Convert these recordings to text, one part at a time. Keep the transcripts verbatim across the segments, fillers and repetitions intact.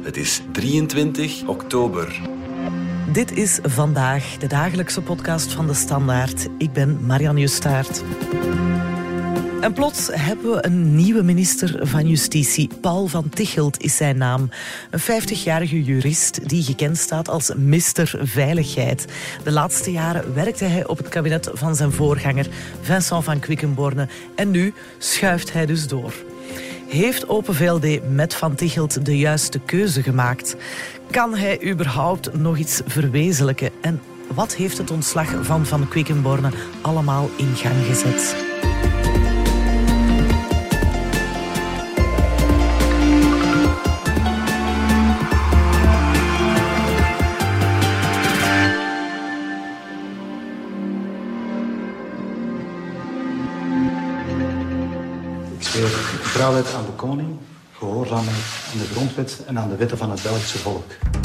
Het is drieëntwintig oktober. Dit is Vandaag, de dagelijkse podcast van De Standaard. Ik ben Marianne Justaert. En plots hebben we een nieuwe minister van Justitie. Paul van Tichelt is zijn naam. Een vijftigjarige jurist die gekend staat als mister Veiligheid. De laatste jaren werkte hij op het kabinet van zijn voorganger Vincent van Quickenborne. En nu schuift hij dus door. Heeft Open V L D met Van Tichelt de juiste keuze gemaakt? Kan hij überhaupt nog iets verwezenlijken? En wat heeft het ontslag van Van Quickenborne allemaal in gang gezet? Getrouwheid aan de koning, gehoorzaamheid aan de grondwet en aan de wetten van het Belgische volk.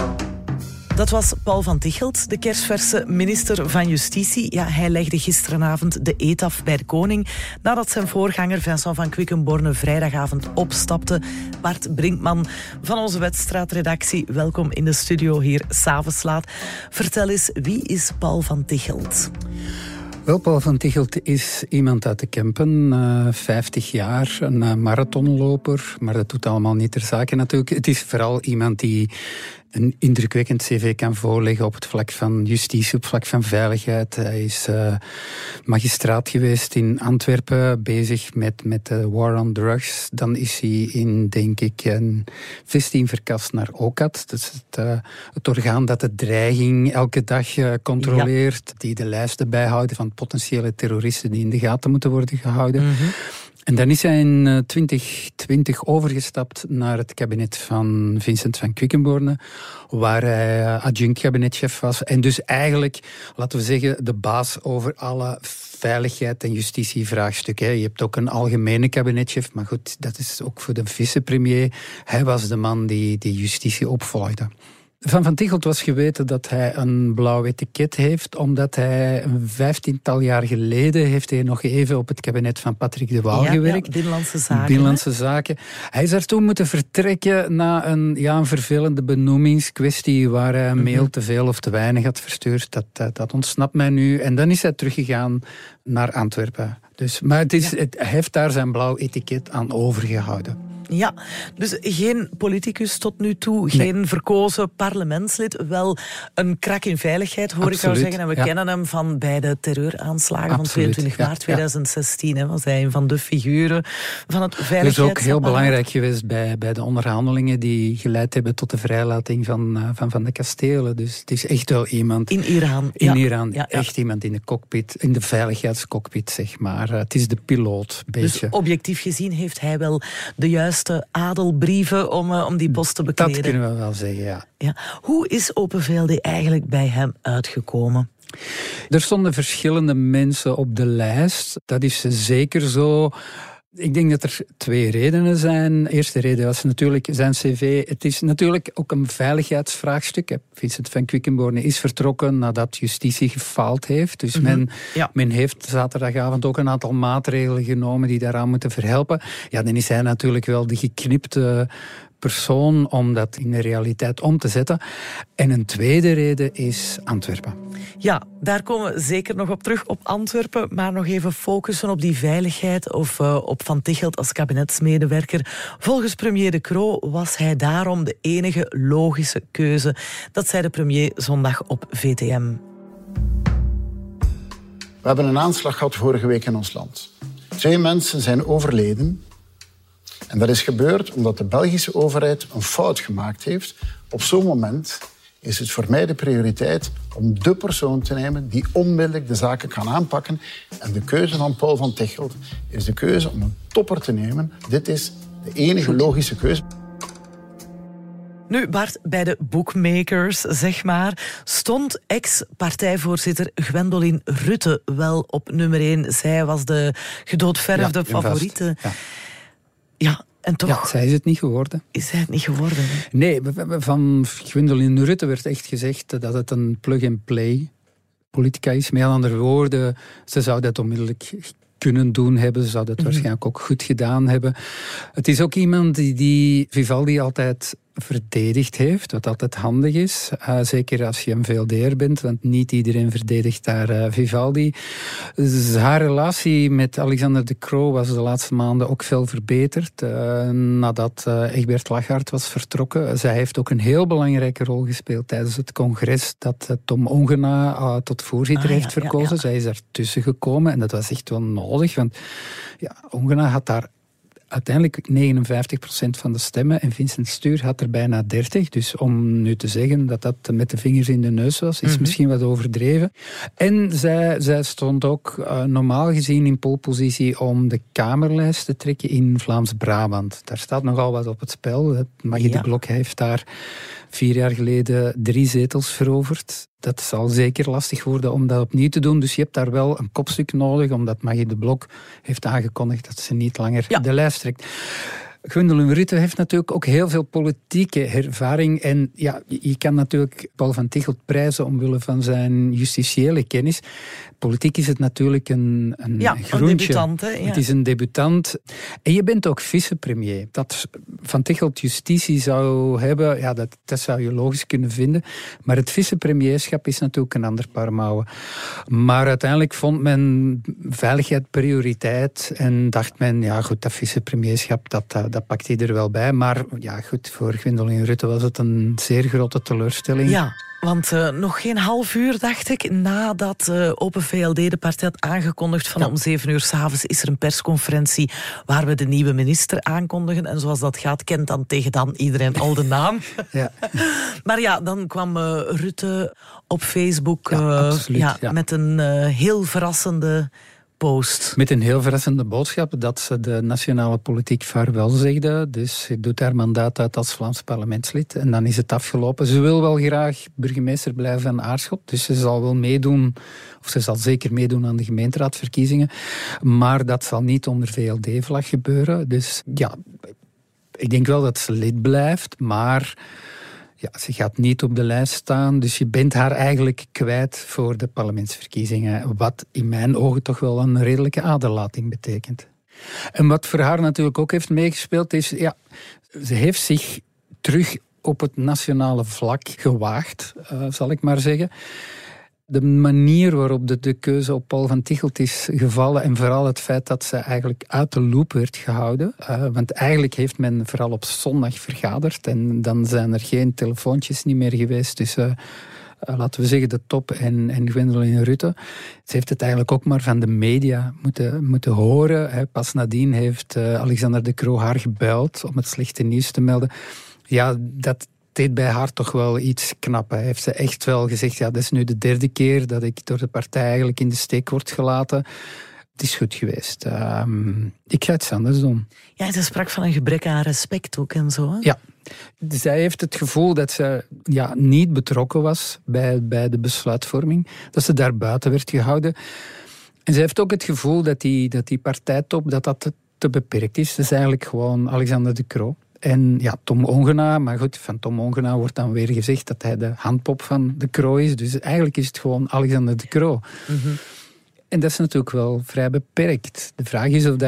Dat was Paul van Tichelt, de kersverse minister van Justitie. Ja, hij legde gisteravond de eed af bij de koning nadat zijn voorganger Vincent van Quickenborne vrijdagavond opstapte. Bart Brinkman van onze Wetstraatredactie, welkom in de studio hier 's avonds laat. Vertel eens, wie is Paul van Tichelt? Wel, Paul van Tichelt is iemand uit de Kempen, uh, vijftig jaar, een uh, marathonloper, maar dat doet allemaal niet ter zake natuurlijk. Het is vooral iemand die een indrukwekkend cv kan voorleggen op het vlak van justitie, op het vlak van veiligheid. Hij is uh, magistraat geweest in Antwerpen, bezig met, met de war on drugs. Dan is hij in, denk ik, een vestien verkast naar O C A D. Dat is het, uh, het orgaan dat de dreiging elke dag uh, controleert, ja. Die de lijsten bijhouden van potentiële terroristen die in de gaten moeten worden gehouden. Mm-hmm. En dan is hij in twintig twintig overgestapt naar het kabinet van Vincent van Quickenborne, waar hij adjunct-kabinetchef was. En dus eigenlijk, laten we zeggen, de baas over alle veiligheid en justitievraagstukken. Je hebt ook een algemene kabinetchef, maar goed, dat is ook voor de vicepremier. Hij was de man die, die justitie opvolgde. Van Van Tichelt was geweten dat hij een blauw etiket heeft, omdat hij een vijftiental jaar geleden heeft hij nog even op het kabinet van Patrick de Waal ja, gewerkt. Ja, Binnenlandse Zaken. Binnenlandse Zaken. Hij is daartoe moeten vertrekken na een, ja, een vervelende benoemingskwestie waar hij een mail te veel of te weinig had verstuurd. Dat, dat, dat ontsnapt mij nu. En dan is hij teruggegaan naar Antwerpen. Dus, maar het is, ja. het, hij heeft daar zijn blauw etiket aan overgehouden. Ja, dus geen politicus tot nu toe, geen nee. verkozen parlementslid. Wel een krak in veiligheid, hoor Absoluut, ik jou zeggen. En we ja. kennen hem van bij de terreuraanslagen Absoluut, van tweeëntwintig maart tweeduizend zestien. Hè, was hij een van de figuren van het veiligheidsapparaat. Dat is ook heel belangrijk geweest bij, bij de onderhandelingen die geleid hebben tot de vrijlating van uh, van, van de kastelen. Dus het is echt wel iemand... In Iran. In ja. Iran, ja, ja. echt iemand in de cockpit, in de veiligheidscockpit, zeg maar. Uh, het is de piloot, een beetje. Dus objectief gezien heeft hij wel de juiste adelbrieven om, uh, om die post te bekleden. Dat kunnen we wel zeggen, ja. ja. Hoe is Open V L D eigenlijk bij hem uitgekomen? Er stonden verschillende mensen op de lijst. Dat is zeker zo. Ik denk dat er twee redenen zijn. De eerste reden was natuurlijk zijn cv. Het is natuurlijk ook een veiligheidsvraagstuk. Vincent van Quickenborne is vertrokken nadat justitie gefaald heeft. Dus mm-hmm. men, ja. men heeft zaterdagavond ook een aantal maatregelen genomen die daaraan moeten verhelpen. Ja, dan is hij natuurlijk wel de geknipte persoon om dat in de realiteit om te zetten. En een tweede reden is Antwerpen. Ja, daar komen we zeker nog op terug, op Antwerpen. Maar nog even focussen op die veiligheid of uh, op Van Tichelt als kabinetsmedewerker. Volgens premier De Croo was hij daarom de enige logische keuze. Dat zei de premier zondag op V T M. We hebben een aanslag gehad vorige week in ons land. Twee mensen zijn overleden. En dat is gebeurd omdat de Belgische overheid een fout gemaakt heeft. Op zo'n moment is het voor mij de prioriteit om de persoon te nemen die onmiddellijk de zaken kan aanpakken. En de keuze van Paul van Tichelt is de keuze om een topper te nemen. Dit is de enige logische keuze. Nu, Bart, bij de bookmakers, zeg maar, stond ex-partijvoorzitter Gwendoline Rutte wel op nummer één. Zij was de gedoodverfde ja, favoriete. Ja. ja, en toch... Ja, zij is het niet geworden. Is zij het niet geworden? Hè? Nee, van Gwendoline Rutte werd echt gezegd dat het een plug-and-play politica is. Met andere woorden, ze zou dat onmiddellijk kunnen doen hebben. Ze zou dat mm-hmm. waarschijnlijk ook goed gedaan hebben. Het is ook iemand die, die Vivaldi altijd verdedigd heeft, wat altijd handig is. Uh, zeker als je een V L D'er bent, want niet iedereen verdedigt daar uh, Vivaldi. Dus haar relatie met Alexander De Croo was de laatste maanden ook veel verbeterd. Uh, nadat uh, Egbert Lachaert was vertrokken. Zij heeft ook een heel belangrijke rol gespeeld tijdens het congres dat uh, Tom Ongena uh, tot voorzitter ah, heeft ja, verkozen. Ja, ja. Zij is daartussen gekomen en dat was echt wel nodig, want ja, Ongena had daar uiteindelijk negenenvijftig procent van de stemmen en Vincent Stuur had er bijna dertig. Dus om nu te zeggen dat dat met de vingers in de neus was, is mm-hmm. misschien wat overdreven. En zij, zij stond ook uh, normaal gezien in polepositie om de Kamerlijst te trekken in Vlaams-Brabant. Daar staat nogal wat op het spel. Maggie ja. de Blok heeft daar vier jaar geleden drie zetels veroverd. Dat zal zeker lastig worden om dat opnieuw te doen. Dus je hebt daar wel een kopstuk nodig, omdat Maggie de Blok heeft aangekondigd dat ze niet langer ja. de lijst trekt. Gwendolen Rutte heeft natuurlijk ook heel veel politieke ervaring. En ja, je kan natuurlijk Paul van Tichelt prijzen omwille van zijn justitiële kennis. Politiek is het natuurlijk een, een ja, groentje. Een debutant, hè? Ja. Het is een debutant. En je bent ook vicepremier. Dat Van Tichelt justitie zou hebben, ja, dat, dat zou je logisch kunnen vinden. Maar het vicepremierschap is natuurlijk een ander paar mouwen. Maar uiteindelijk vond men veiligheid prioriteit en dacht men, ja goed, dat vicepremierschap, dat, dat, dat pakt hij er wel bij. Maar ja goed, voor Gwendolen Rutte was het een zeer grote teleurstelling. Ja. Want uh, nog geen half uur, dacht ik, nadat uh, Open V L D de partij had aangekondigd van ja. om zeven uur 's avonds is er een persconferentie waar we de nieuwe minister aankondigen. En zoals dat gaat, kent dan tegen dan iedereen al de naam. Ja. Maar ja, dan kwam uh, Rutte op Facebook uh, ja, absoluut, ja, ja. met een uh, heel verrassende post. Met een heel verrassende boodschap dat ze de nationale politiek vaarwel zegde. Dus ze doet haar mandaat uit als Vlaams parlementslid. En dan is het afgelopen. Ze wil wel graag burgemeester blijven van Aarschot. Dus ze zal wel meedoen, of ze zal zeker meedoen aan de gemeenteraadverkiezingen. Maar dat zal niet onder V L D-vlag gebeuren. Dus ja, ik denk wel dat ze lid blijft, maar ja, ze gaat niet op de lijst staan, dus je bent haar eigenlijk kwijt voor de parlementsverkiezingen. Wat in mijn ogen toch wel een redelijke aderlating betekent. En wat voor haar natuurlijk ook heeft meegespeeld is, ja, ze heeft zich terug op het nationale vlak gewaagd, uh, zal ik maar zeggen. De manier waarop de, de keuze op Paul van Tichelt is gevallen en vooral het feit dat ze eigenlijk uit de loop werd gehouden. Uh, want eigenlijk heeft men vooral op zondag vergaderd en dan zijn er geen telefoontjes niet meer geweest tussen, uh, uh, laten we zeggen, de top en, en Gwendolen Rutte. Ze heeft het eigenlijk ook maar van de media moeten, moeten horen. Hè. Pas nadien heeft uh, Alexander De Croo haar gebeld om het slechte nieuws te melden. Ja, dat deed bij haar toch wel iets knap. Hij heeft ze echt wel gezegd, ja, dat is nu de derde keer dat ik door de partij eigenlijk in de steek word gelaten. Het is goed geweest. Um, ik ga iets anders doen. Ja, ze sprak van een gebrek aan respect ook en zo. Hè? Ja. Zij heeft het gevoel dat ze ja, niet betrokken was bij, bij de besluitvorming. Dat ze daar buiten werd gehouden. En ze heeft ook het gevoel dat die, dat die partijtop dat dat te beperkt is. Dat is eigenlijk gewoon Alexander De Croo. En ja, Tom Ongena, maar goed, van Tom Ongena wordt dan weer gezegd dat hij de handpop van De Croo is. Dus eigenlijk is het gewoon Alexander De Croo. Mm-hmm. En dat is natuurlijk wel vrij beperkt. De vraag is of, dat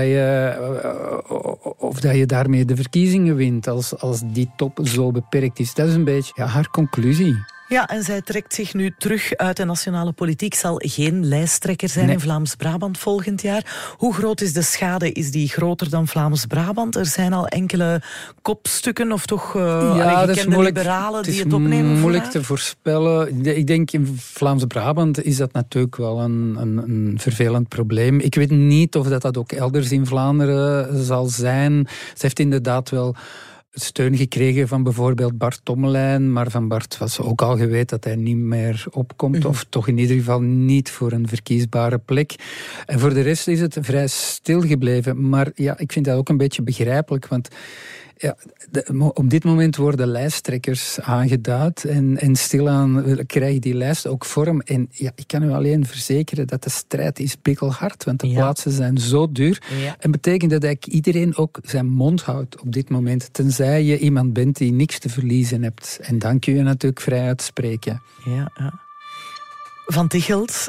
je, of dat je daarmee de verkiezingen wint als, als die top zo beperkt is. Dat is een beetje ja, haar conclusie. Ja, en zij trekt zich nu terug uit de nationale politiek. Zal geen lijsttrekker zijn nee. in Vlaams-Brabant volgend jaar. Hoe groot is de schade? Is die groter dan Vlaams-Brabant? Er zijn al enkele kopstukken of toch uh, ja, gekende moeilijk, liberalen die het, het opnemen. Het is moeilijk vandaag? te voorspellen. Ik denk in Vlaams-Brabant is dat natuurlijk wel een, een, een vervelend probleem. Ik weet niet of dat, dat ook elders in Vlaanderen zal zijn. Ze heeft inderdaad wel steun gekregen van bijvoorbeeld Bart Tommelijn, maar van Bart was ook al geweten dat hij niet meer opkomt, mm-hmm. of toch in ieder geval niet voor een verkiesbare plek. En voor de rest is het vrij stil gebleven. Maar ja, ik vind dat ook een beetje begrijpelijk, want ja, de, op dit moment worden lijsttrekkers aangeduid en, en stilaan krijgt die lijst ook vorm. En ja, ik kan u alleen verzekeren dat de strijd is bikkelhard, want de ja. plaatsen zijn zo duur. Ja. En betekent dat eigenlijk iedereen ook zijn mond houdt op dit moment, tenzij je iemand bent die niks te verliezen hebt. En dan kun je natuurlijk vrij uitspreken. Ja, ja. Van Tichelt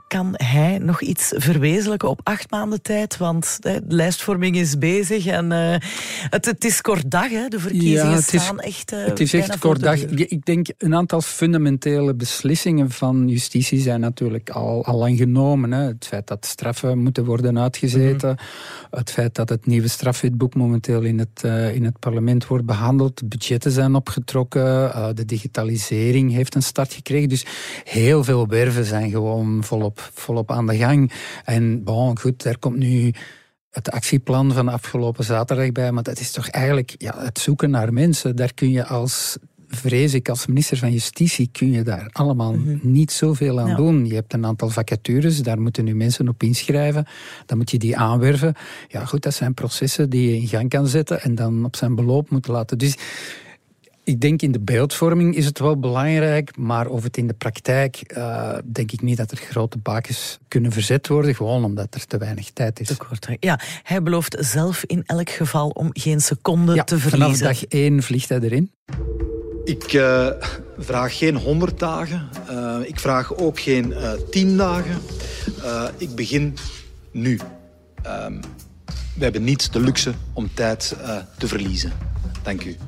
kan hij nog iets verwezenlijken op acht maanden tijd? Want hè, de lijstvorming is bezig en uh, het, het is kort dag, hè? De verkiezingen ja, het is, staan echt uh, Het is echt kort dag. Ik denk een aantal fundamentele beslissingen van justitie zijn natuurlijk al, al lang genomen. Hè. Het feit dat straffen moeten worden uitgezeten, mm-hmm. het feit dat het nieuwe strafwetboek momenteel in het, uh, in het parlement wordt behandeld, budgetten zijn opgetrokken, uh, de digitalisering heeft een start gekregen. Dus heel veel werven zijn gewoon volop, volop aan de gang. En bon, goed, er komt nu het actieplan van afgelopen zaterdag bij, maar dat is toch eigenlijk ja, het zoeken naar mensen. Daar kun je als, vrees ik, als minister van Justitie, kun je daar allemaal mm-hmm. niet zoveel aan ja. doen. Je hebt een aantal vacatures, daar moeten nu mensen op inschrijven. Dan moet je die aanwerven. Ja goed, dat zijn processen die je in gang kan zetten en dan op zijn beloop moet laten. Dus ik denk in de beeldvorming is het wel belangrijk, maar of het in de praktijk, uh, denk ik niet dat er grote bakens kunnen verzet worden, gewoon omdat er te weinig tijd is. Te kort, ja, hij belooft zelf in elk geval om geen seconde ja, te verliezen. Vanaf dag één vliegt hij erin. Ik uh, vraag geen honderd dagen, uh, ik vraag ook geen uh, tien dagen. Uh, ik begin nu. Uh, we hebben niet de luxe om tijd uh, te verliezen. Dank u.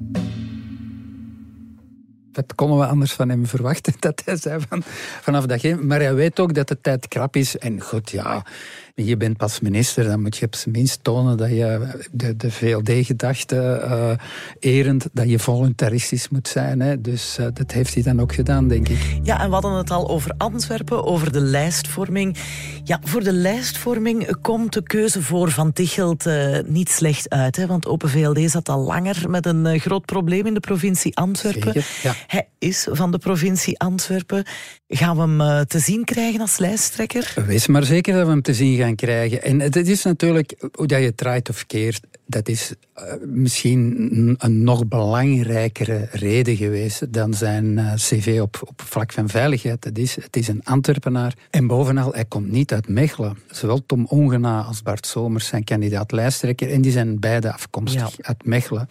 Dat konden we anders van hem verwachten, dat hij zei van, vanaf dag één. Maar hij weet ook dat de tijd krap is. En goed, ja, je bent pas minister, dan moet je op zijn minst tonen dat je de, de V L D-gedachte uh, erend, dat je voluntaristisch moet zijn. Hè. Dus uh, dat heeft hij dan ook gedaan, denk ik. Ja, en we hadden het al over Antwerpen, over de lijstvorming. Ja, voor de lijstvorming komt de keuze voor Van Tichelt uh, niet slecht uit. Hè, want Open V L D zat al langer met een uh, groot probleem in de provincie Antwerpen. Zeker, ja. Hij is van de provincie Antwerpen. Gaan we hem uh, te zien krijgen als lijsttrekker? Wees maar zeker dat we hem te zien gaan krijgen. En het is natuurlijk, hoe dat je het draait of keert, dat is uh, misschien een nog belangrijkere reden geweest dan zijn uh, cv op, op vlak van veiligheid. Het is, het is een Antwerpenaar. En bovenal, hij komt niet uit Mechelen. Zowel Tom Ongena als Bart Somers zijn kandidaat lijsttrekker en die zijn beide afkomstig ja. uit Mechelen.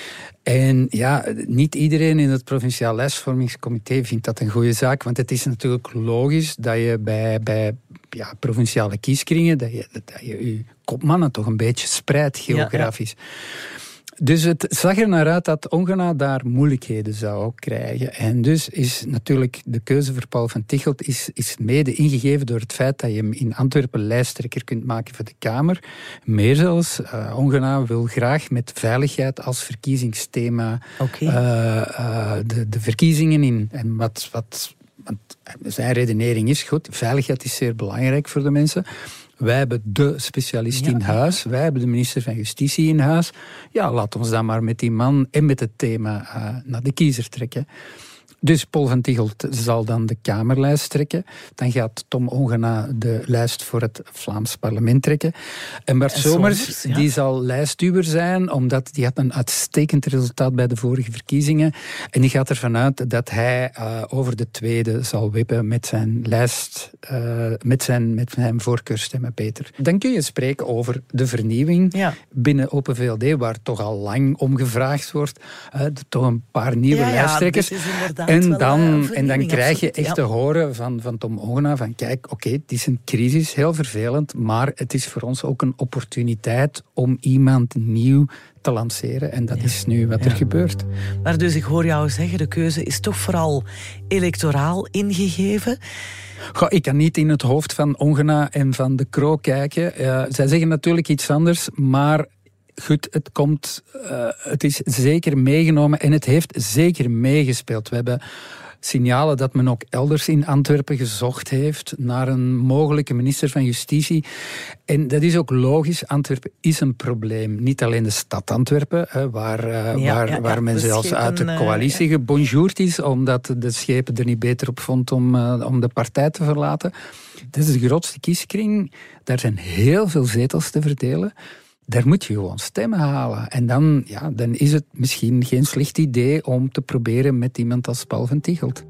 En ja, niet iedereen in het provinciaal lijstvormingscomité vindt dat een goede zaak, want het is natuurlijk logisch dat je bij, bij ja, provinciale kieskringen, dat je, dat je je kopmannen toch een beetje spreidt geografisch. Ja, ja. Dus het zag er naar uit dat Ongena daar moeilijkheden zou krijgen. En dus is natuurlijk de keuze voor Paul van Tichelt is, is mede ingegeven door het feit dat je hem in Antwerpen lijsttrekker kunt maken voor de Kamer. Meer zelfs, uh, Ongena wil graag met veiligheid als verkiezingsthema okay. uh, uh, de, de verkiezingen in. En wat, wat, want zijn redenering is goed, veiligheid is zeer belangrijk voor de mensen. Wij hebben de specialist ja. in huis. Wij hebben de minister van Justitie in huis. Ja, laat ons dan maar met die man en met het thema uh, naar de kiezer trekken. Dus Paul van Tichelt zal dan de Kamerlijst trekken. Dan gaat Tom Ongena de lijst voor het Vlaams parlement trekken. En Bart en Somers, Somers ja. die zal lijstduwer zijn, omdat die had een uitstekend resultaat bij de vorige verkiezingen. En die gaat ervan uit dat hij uh, over de tweede zal wippen met zijn lijst, uh, met, zijn, met zijn voorkeurstemmen, Peter. Dan kun je spreken over de vernieuwing ja. binnen Open V L D, waar toch al lang om gevraagd wordt. Uh, toch een paar nieuwe ja, lijsttrekkers. Ja, En dan, en dan krijg je echt ja. te horen van, van Tom Ongena van kijk, oké, okay, het is een crisis, heel vervelend, maar het is voor ons ook een opportuniteit om iemand nieuw te lanceren. En dat ja. is nu wat ja. er gebeurt. Maar dus ik hoor jou zeggen, de keuze is toch vooral electoraal ingegeven. Goh, ik kan niet in het hoofd van Ongena en van De Croo kijken. Uh, zij zeggen natuurlijk iets anders, maar goed, het komt, uh, het is zeker meegenomen en het heeft zeker meegespeeld. We hebben signalen dat men ook elders in Antwerpen gezocht heeft naar een mogelijke minister van Justitie. En dat is ook logisch. Antwerpen is een probleem. Niet alleen de stad Antwerpen, hè, waar, uh, ja, waar, ja, waar ja, men zelfs schepen, uit de coalitie uh, gebonjourd is, omdat de schepen er niet beter op vond om, uh, om de partij te verlaten. Dat is de grootste kieskring. Daar zijn heel veel zetels te verdelen. Daar moet je gewoon stemmen halen. En dan, ja, dan is het misschien geen slecht idee om te proberen met iemand als Paul van Tichelt.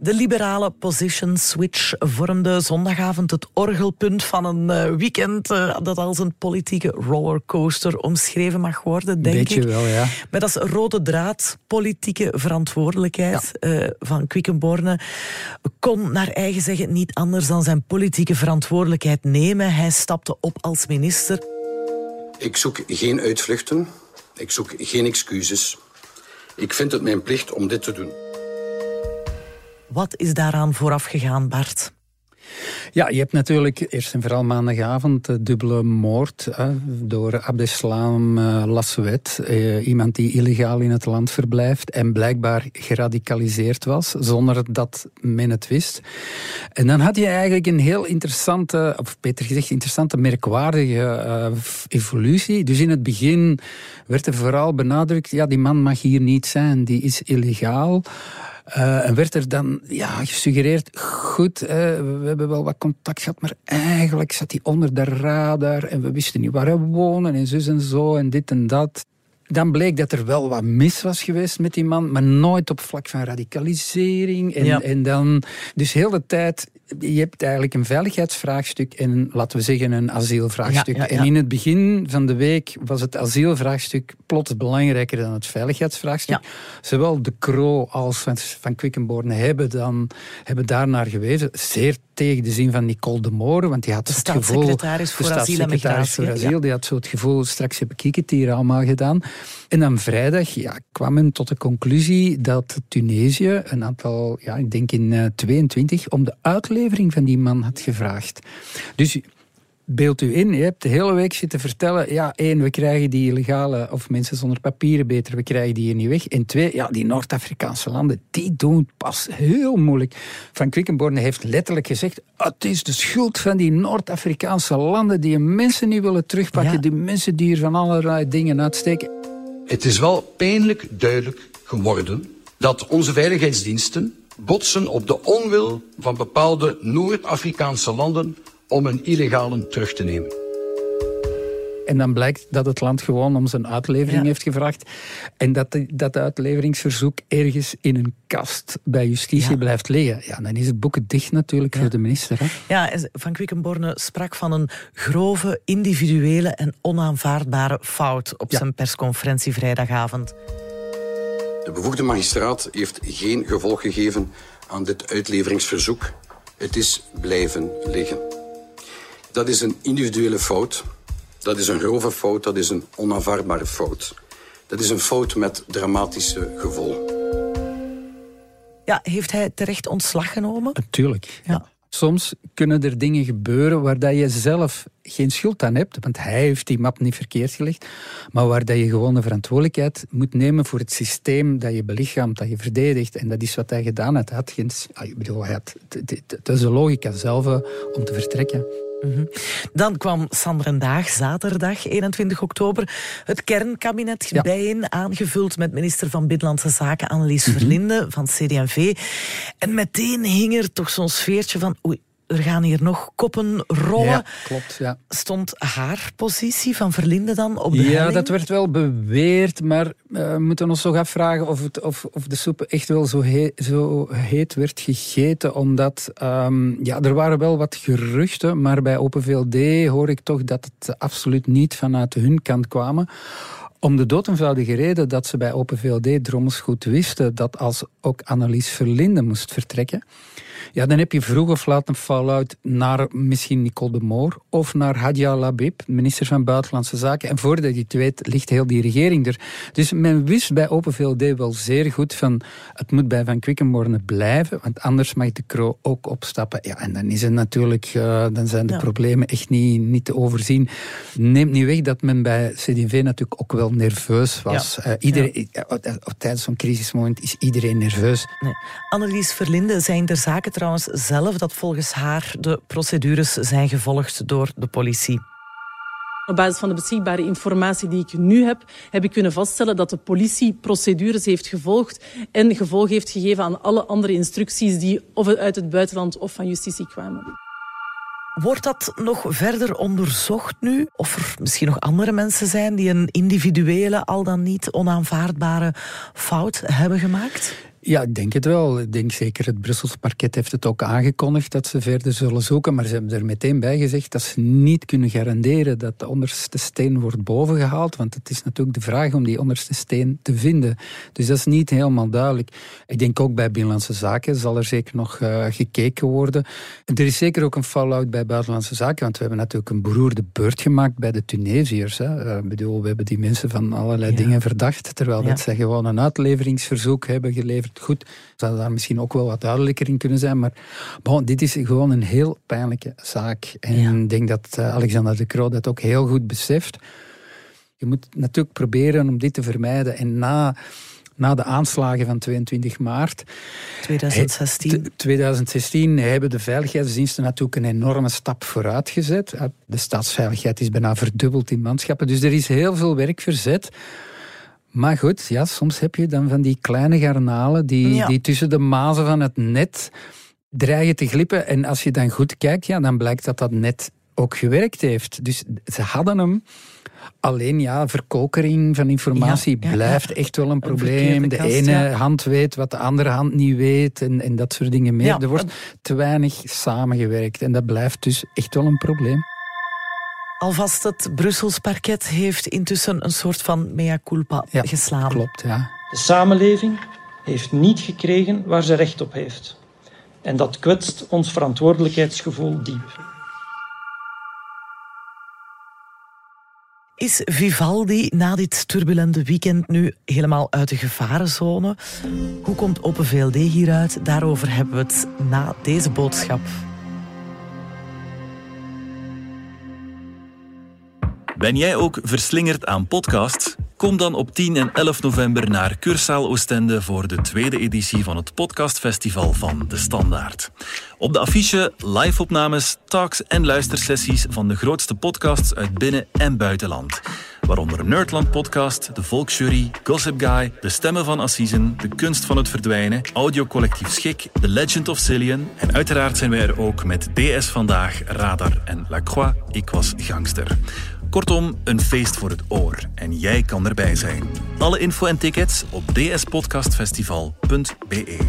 De liberale position switch vormde zondagavond het orgelpunt van een weekend dat als een politieke rollercoaster omschreven mag worden, denk Beetje ik. wel, ja. Met als rode draad politieke verantwoordelijkheid ja. uh, van Quickenborne kon naar eigen zeggen niet anders dan zijn politieke verantwoordelijkheid nemen. Hij stapte op als minister. Ik zoek geen uitvluchten. Ik zoek geen excuses. Ik vind het mijn plicht om dit te doen. Wat is daaraan vooraf gegaan, Bart? Ja, je hebt natuurlijk eerst en vooral maandagavond de dubbele moord hè, door Abdeslam uh, Lassouet. Uh, iemand die illegaal in het land verblijft en blijkbaar geradicaliseerd was, zonder dat men het wist. En dan had je eigenlijk een heel interessante, of beter gezegd interessante, merkwaardige uh, evolutie. Dus in het begin werd er vooral benadrukt, ja, die man mag hier niet zijn, die is illegaal. Uh, en werd er dan ja, gesuggereerd, goed, uh, we hebben wel wat contact gehad, maar eigenlijk zat hij onder de radar en we wisten niet waar hij woonde en zus en zo en dit en dat. Dan bleek dat er wel wat mis was geweest met die man, maar nooit op vlak van radicalisering. En, ja. en dan, dus heel de tijd, je hebt eigenlijk een veiligheidsvraagstuk en een, laten we zeggen, een asielvraagstuk. Ja, ja, ja. En in het begin van de week was het asielvraagstuk plots belangrijker dan het veiligheidsvraagstuk. Ja. Zowel De Croo als van, van Quickenborne hebben, dan, hebben daarnaar gewezen, zeer tegen de zin van Nicole de Moor, want die had de het gevoel... staatssecretaris voor asiel en migratie. Voor asiel, ja. Die had zo het gevoel, straks heb ik het hier allemaal gedaan. En dan vrijdag ja, kwam men tot de conclusie dat Tunesië een aantal, ja, ik denk in uh, tweeëntwintig, om de uitlevering van die man had gevraagd. Dus beeld u in, je hebt de hele week zitten vertellen, ja, één, we krijgen die illegale, of mensen zonder papieren beter, we krijgen die hier niet weg. En twee, ja, die Noord-Afrikaanse landen, die doen pas heel moeilijk. Van Quickenborne heeft letterlijk gezegd, het is de schuld van die Noord-Afrikaanse landen die mensen niet willen terugpakken, ja. Die mensen die er van allerlei dingen uitsteken. Het is wel pijnlijk duidelijk geworden dat onze veiligheidsdiensten botsen op de onwil van bepaalde Noord-Afrikaanse landen om een illegalen terug te nemen. En dan blijkt dat het land gewoon om zijn uitlevering ja. heeft gevraagd. En dat de, dat de uitleveringsverzoek ergens in een kast bij justitie ja. blijft liggen. Ja, dan is het boeken dicht natuurlijk ja. voor de minister. Hè? Ja, Van Quickenborne sprak van een grove, individuele en onaanvaardbare fout op ja. zijn persconferentie vrijdagavond. De bevoegde magistraat heeft geen gevolg gegeven aan dit uitleveringsverzoek. Het is blijven liggen. Dat is een individuele fout. Dat is een grove fout. Dat is een onaanvaardbare fout. Dat is een fout met dramatische gevolgen. Ja, heeft hij terecht ontslag genomen? Natuurlijk, ja. ja. Soms kunnen er dingen gebeuren waar dat je zelf geen schuld aan hebt, want hij heeft die map niet verkeerd gelegd, maar waar dat je gewoon de verantwoordelijkheid moet nemen voor het systeem dat je belichaamt, dat je verdedigt. En dat is wat hij gedaan had. Hij had geen, ik bedoel, hij had, het is de logica zelf om te vertrekken. Mm-hmm. Dan kwam Sanderendaag, zaterdag eenentwintig oktober, het kernkabinet ja. bijeen, aangevuld met minister van Binnenlandse Zaken Annelies mm-hmm. Verlinde van C D en V. En meteen hing er toch zo'n sfeertje van oei, er gaan hier nog koppen rollen. Ja, klopt, ja. Stond haar positie van Verlinde dan op de Ja, helling? Dat werd wel beweerd, maar uh, we moeten ons toch afvragen of, het, of, of de soep echt wel zo, he, zo heet werd gegeten, omdat um, ja, er waren wel wat geruchten, maar bij Open V L D hoor ik toch dat het absoluut niet vanuit hun kant kwamen. Om de dood eenvoudige reden dat ze bij Open V L D drommels goed wisten dat als ook Annelies Verlinde moest vertrekken, ja, dan heb je vroeg of laat een fallout naar misschien Nicole de Moor of naar Hadja Labib, minister van Buitenlandse Zaken. En voordat je het weet, ligt heel die regering er. Dus men wist bij Open V L D wel zeer goed van het moet bij Van Quickenborne blijven, want anders mag de Croo ook opstappen. Ja, en dan is het natuurlijk, uh, dan zijn de ja. problemen echt niet, niet te overzien. Neemt niet weg dat men bij C D en V natuurlijk ook wel nerveus was. Ja. Uh, iedereen, ja. uh, tijdens zo'n crisismoment is iedereen nerveus. Nee. Annelies Verlinde zei in ter zake trouwens zelf dat volgens haar de procedures zijn gevolgd door de politie. Op basis van de beschikbare informatie die ik nu heb, heb ik kunnen vaststellen dat de politie procedures heeft gevolgd en gevolg heeft gegeven aan alle andere instructies die of uit het buitenland of van justitie kwamen. Wordt dat nog verder onderzocht nu? Of er misschien nog andere mensen zijn die een individuele, al dan niet onaanvaardbare fout hebben gemaakt? Ja, ik denk het wel. Ik denk zeker, het Brussels parket heeft het ook aangekondigd dat ze verder zullen zoeken, maar ze hebben er meteen bij gezegd dat ze niet kunnen garanderen dat de onderste steen wordt bovengehaald, want het is natuurlijk de vraag om die onderste steen te vinden. Dus dat is niet helemaal duidelijk. Ik denk ook bij Binnenlandse Zaken zal er zeker nog uh, gekeken worden. Er is zeker ook een fallout bij Buitenlandse Zaken, want we hebben natuurlijk een beroerde beurt gemaakt bij de Tunesiërs. Hè. Uh, bedoel, we hebben die mensen van allerlei ja. dingen verdacht, terwijl ja. dat ze gewoon een uitleveringsverzoek hebben geleverd. Goed, zou daar misschien ook wel wat duidelijker in kunnen zijn, maar bon, dit is gewoon een heel pijnlijke zaak. En ja. ik denk dat uh, Alexander De Croo dat ook heel goed beseft. Je moet natuurlijk proberen om dit te vermijden. En na, na de aanslagen van tweeëntwintig maart tweeduizend zestien He, tweeduizend zestien hebben de veiligheidsdiensten natuurlijk een enorme stap vooruit gezet. De staatsveiligheid is bijna verdubbeld in manschappen, dus er is heel veel werk verzet. Maar goed, ja, soms heb je dan van die kleine garnalen die, ja. die tussen de mazen van het net dreigen te glippen. En als je dan goed kijkt, ja, dan blijkt dat dat net ook gewerkt heeft. Dus ze hadden hem. Alleen ja, verkokering van informatie ja, ja, blijft ja. echt wel een probleem. Een de kast, ene ja. hand weet wat de andere hand niet weet en, en dat soort dingen meer. Ja. Er wordt te weinig samengewerkt en dat blijft dus echt wel een probleem. Alvast het Brussels parket heeft intussen een soort van mea culpa ja, geslaan. Klopt, ja. De samenleving heeft niet gekregen waar ze recht op heeft. En dat kwetst ons verantwoordelijkheidsgevoel diep. Is Vivaldi na dit turbulente weekend nu helemaal uit de gevarenzone? Hoe komt Open V L D hieruit? Daarover hebben we het na deze boodschap. Ben jij ook verslingerd aan podcasts? Kom dan op tien en elf november naar Cursaal Oostende voor de tweede editie van het podcastfestival van De Standaard. Op de affiche live-opnames, talks en luistersessies van de grootste podcasts uit binnen- en buitenland. Waaronder Nerdland Podcast, De Volksjury, Gossip Guy, De Stemmen van Assisen, De Kunst van het Verdwijnen, Audiocollectief Schik, The Legend of Cillian en uiteraard zijn wij er ook met D S Vandaag, Radar en La Croix, Ik was gangster. Kortom, een feest voor het oor. En jij kan erbij zijn. Alle info en tickets op d s podcastfestival punt b e.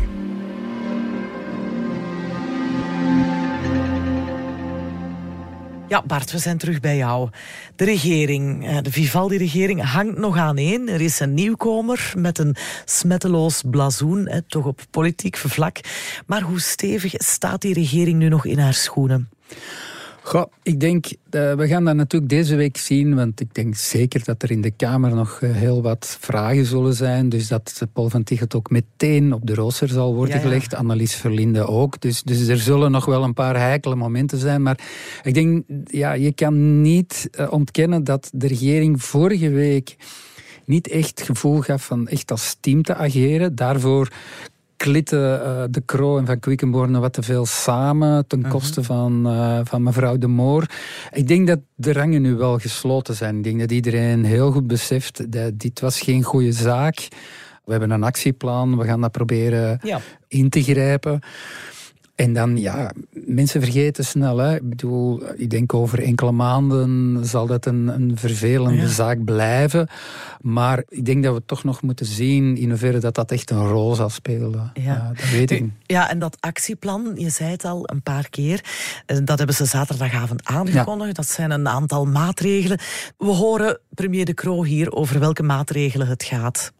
Ja, Bart, we zijn terug bij jou. De regering, de Vivaldi-regering, hangt nog aan één. Er is een nieuwkomer met een smetteloos blazoen, toch op politiek vlak. Maar hoe stevig staat die regering nu nog in haar schoenen? Goh, ik denk, uh, we gaan dat natuurlijk deze week zien, want ik denk zeker dat er in de Kamer nog uh, heel wat vragen zullen zijn. Dus dat Paul van Tichet ook meteen op de rooster zal worden ja, ja. gelegd. Annelies Verlinde ook. Dus, dus er zullen nog wel een paar heikele momenten zijn. Maar ik denk, ja, je kan niet uh, ontkennen dat de regering vorige week niet echt het gevoel gaf van echt als team te ageren. Daarvoor klitten uh, De Croo en Van Quickenborne wat te veel samen ten koste uh-huh. van, uh, van mevrouw De Moor. Ik denk dat de rangen nu wel gesloten zijn. Ik denk dat iedereen heel goed beseft dat dit was geen goede zaak. We hebben een actieplan, we gaan dat proberen ja. in te grijpen. En dan, ja, mensen vergeten snel. Hè. Ik bedoel, ik denk over enkele maanden zal dat een, een vervelende ja. zaak blijven. Maar ik denk dat we toch nog moeten zien in hoeverre dat dat echt een rol zal spelen. Ja. Uh, dat weet ik. Ja, en dat actieplan, je zei het al een paar keer, dat hebben ze zaterdagavond aangekondigd. Ja. Dat zijn een aantal maatregelen. We horen premier De Croo hier over welke maatregelen het gaat.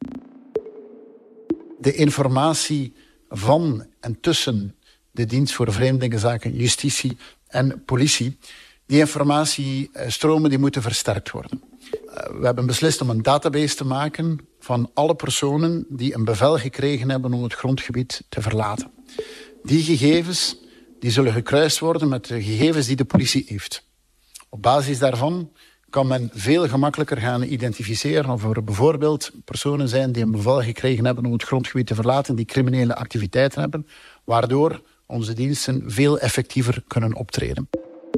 De informatie van en tussen de dienst voor vreemdelingenzaken, justitie en politie. Die informatiestromen die moeten versterkt worden. We hebben beslist om een database te maken van alle personen die een bevel gekregen hebben om het grondgebied te verlaten. Die gegevens die zullen gekruist worden met de gegevens die de politie heeft. Op basis daarvan kan men veel gemakkelijker gaan identificeren of er bijvoorbeeld personen zijn die een bevel gekregen hebben om het grondgebied te verlaten, die criminele activiteiten hebben, waardoor onze diensten veel effectiever kunnen optreden.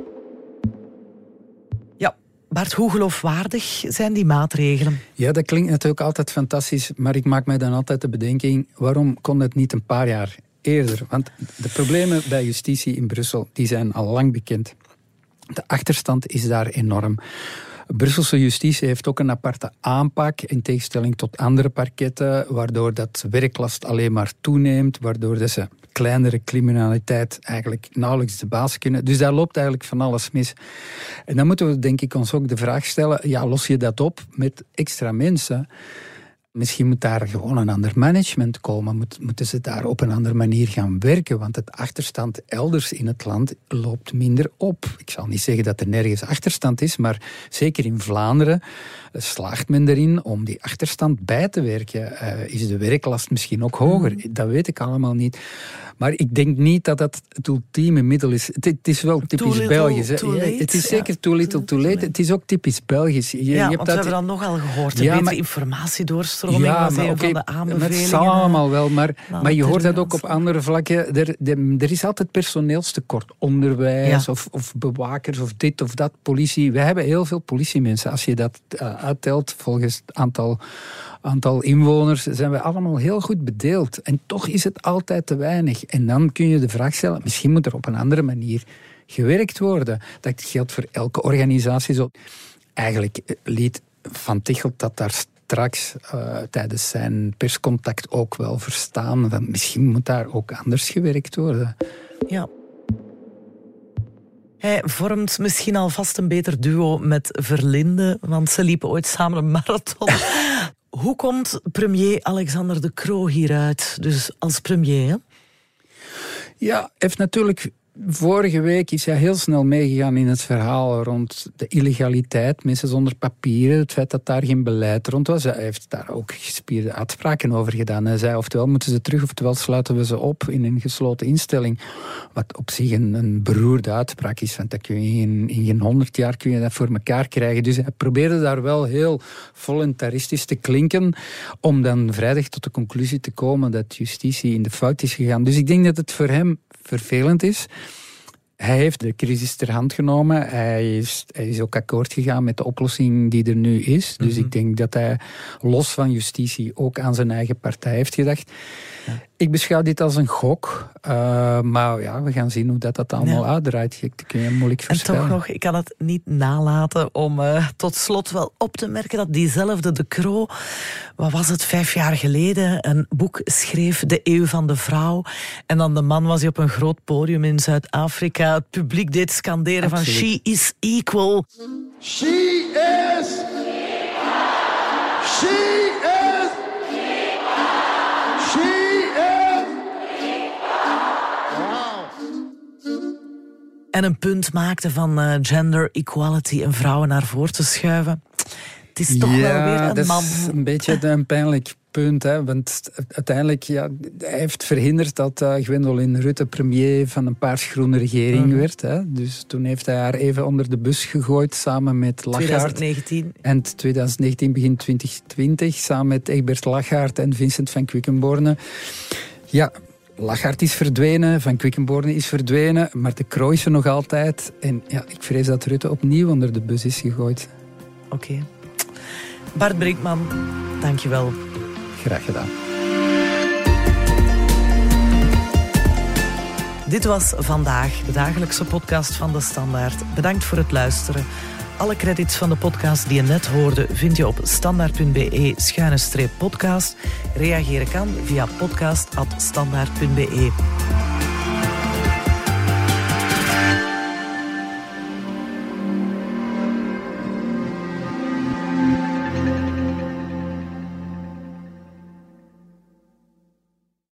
Ja, Bart, hoe geloofwaardig zijn die maatregelen? Ja, dat klinkt natuurlijk altijd fantastisch, maar ik maak mij dan altijd de bedenking, waarom kon het niet een paar jaar eerder? Want de problemen bij justitie in Brussel, die zijn al lang bekend. De achterstand is daar enorm. Brusselse justitie heeft ook een aparte aanpak, in tegenstelling tot andere parketten, waardoor dat werklast alleen maar toeneemt, waardoor dat ze kleinere criminaliteit eigenlijk nauwelijks de baas kunnen. Dus daar loopt eigenlijk van alles mis. En dan moeten we denk ik ons ook de vraag stellen, ja, los je dat op met extra mensen? Misschien moet daar gewoon een ander management komen. Moet, moeten ze daar op een andere manier gaan werken? Want het achterstand elders in het land loopt minder op. Ik zal niet zeggen dat er nergens achterstand is, maar zeker in Vlaanderen slaagt men erin om die achterstand bij te werken. Uh, is de werklast misschien ook hoger? Mm. Dat weet ik allemaal niet. Maar ik denk niet dat dat het ultieme middel is. Het, het is wel typisch little, Belgisch. Hè? Ja, het is zeker ja. too little, too late. Het is ook typisch Belgisch. Je, ja, je hebt want dat... we hebben dan nogal gehoord. Ja, betere maar... informatiedoorstroming ja, was maar, een okay, van de aanbevelingen. Het zal allemaal wel, maar, nou, maar je hoort dat ook op andere vlakken. Er, de, er is altijd personeelstekort. Onderwijs ja. of, of bewakers of dit of dat, politie. We hebben heel veel politiemensen. Als je dat uh, uittelt volgens het aantal... aantal inwoners, zijn we allemaal heel goed bedeeld. En toch is het altijd te weinig. En dan kun je de vraag stellen, misschien moet er op een andere manier gewerkt worden. Dat geldt voor elke organisatie zo. Eigenlijk liet Van Tichelt dat daar straks uh, tijdens zijn perscontact ook wel verstaan. Want misschien moet daar ook anders gewerkt worden. Ja. Hij vormt misschien alvast een beter duo met Verlinde, want ze liepen ooit samen een marathon. Hoe komt premier Alexander De Croo hieruit, dus als premier? Hè? Ja, heeft natuurlijk... Vorige week is hij heel snel meegegaan in het verhaal rond de illegaliteit, mensen zonder papieren, het feit dat daar geen beleid rond was. Hij heeft daar ook gespierde uitspraken over gedaan. Hij zei, oftewel moeten ze terug, oftewel sluiten we ze op in een gesloten instelling. Wat op zich een, een beroerde uitspraak is, want dat kun je in, in geen honderd jaar kun je dat voor elkaar krijgen. Dus hij probeerde daar wel heel voluntaristisch te klinken, om dan vrijdag tot de conclusie te komen dat justitie in de fout is gegaan. Dus ik denk dat het voor hem vervelend is. Hij heeft de crisis ter hand genomen. Hij is, hij is ook akkoord gegaan met de oplossing die er nu is. Dus mm-hmm. ik denk dat hij los van justitie ook aan zijn eigen partij heeft gedacht. Ja. Ik beschouw dit als een gok. Uh, maar ja, we gaan zien hoe dat, dat allemaal ja. uitdraait. Dat kun je moeilijk voorspellen. En toch nog, ik kan het niet nalaten om uh, tot slot wel op te merken dat diezelfde De Croo, wat was het, vijf jaar geleden, een boek schreef, De Eeuw van de Vrouw. En dan de man was hij op een groot podium in Zuid-Afrika. Het publiek deed scanderen Absoluut. van She is equal. She is... She is... She En een punt maakte van uh, gender equality en vrouwen naar voren te schuiven. Het is toch ja, wel weer een dat man. Is een beetje een pijnlijk punt. Hè, want uiteindelijk, ja, hij heeft verhinderd dat uh, Gwendoline Rutte premier van een paarsgroene regering mm. werd. Hè. Dus toen heeft hij haar even onder de bus gegooid samen met Lachaert. twintig negentien. En twintig negentien, begin twintig twintig, samen met Egbert Lachaert en Vincent van Quickenborne. Ja... Lachaert is verdwenen, Van Quickenborne is verdwenen, maar De Croo is er nog altijd. En ja, ik vrees dat Rutte opnieuw onder de bus is gegooid. Oké. Okay. Bart Brinkman, dank je wel. Graag gedaan. Dit was Vandaag, de dagelijkse podcast van De Standaard. Bedankt voor het luisteren. Alle credits van de podcast die je net hoorde vind je op standaard.be schuine streep podcast. Reageren kan via podcast apenstaartpunt be.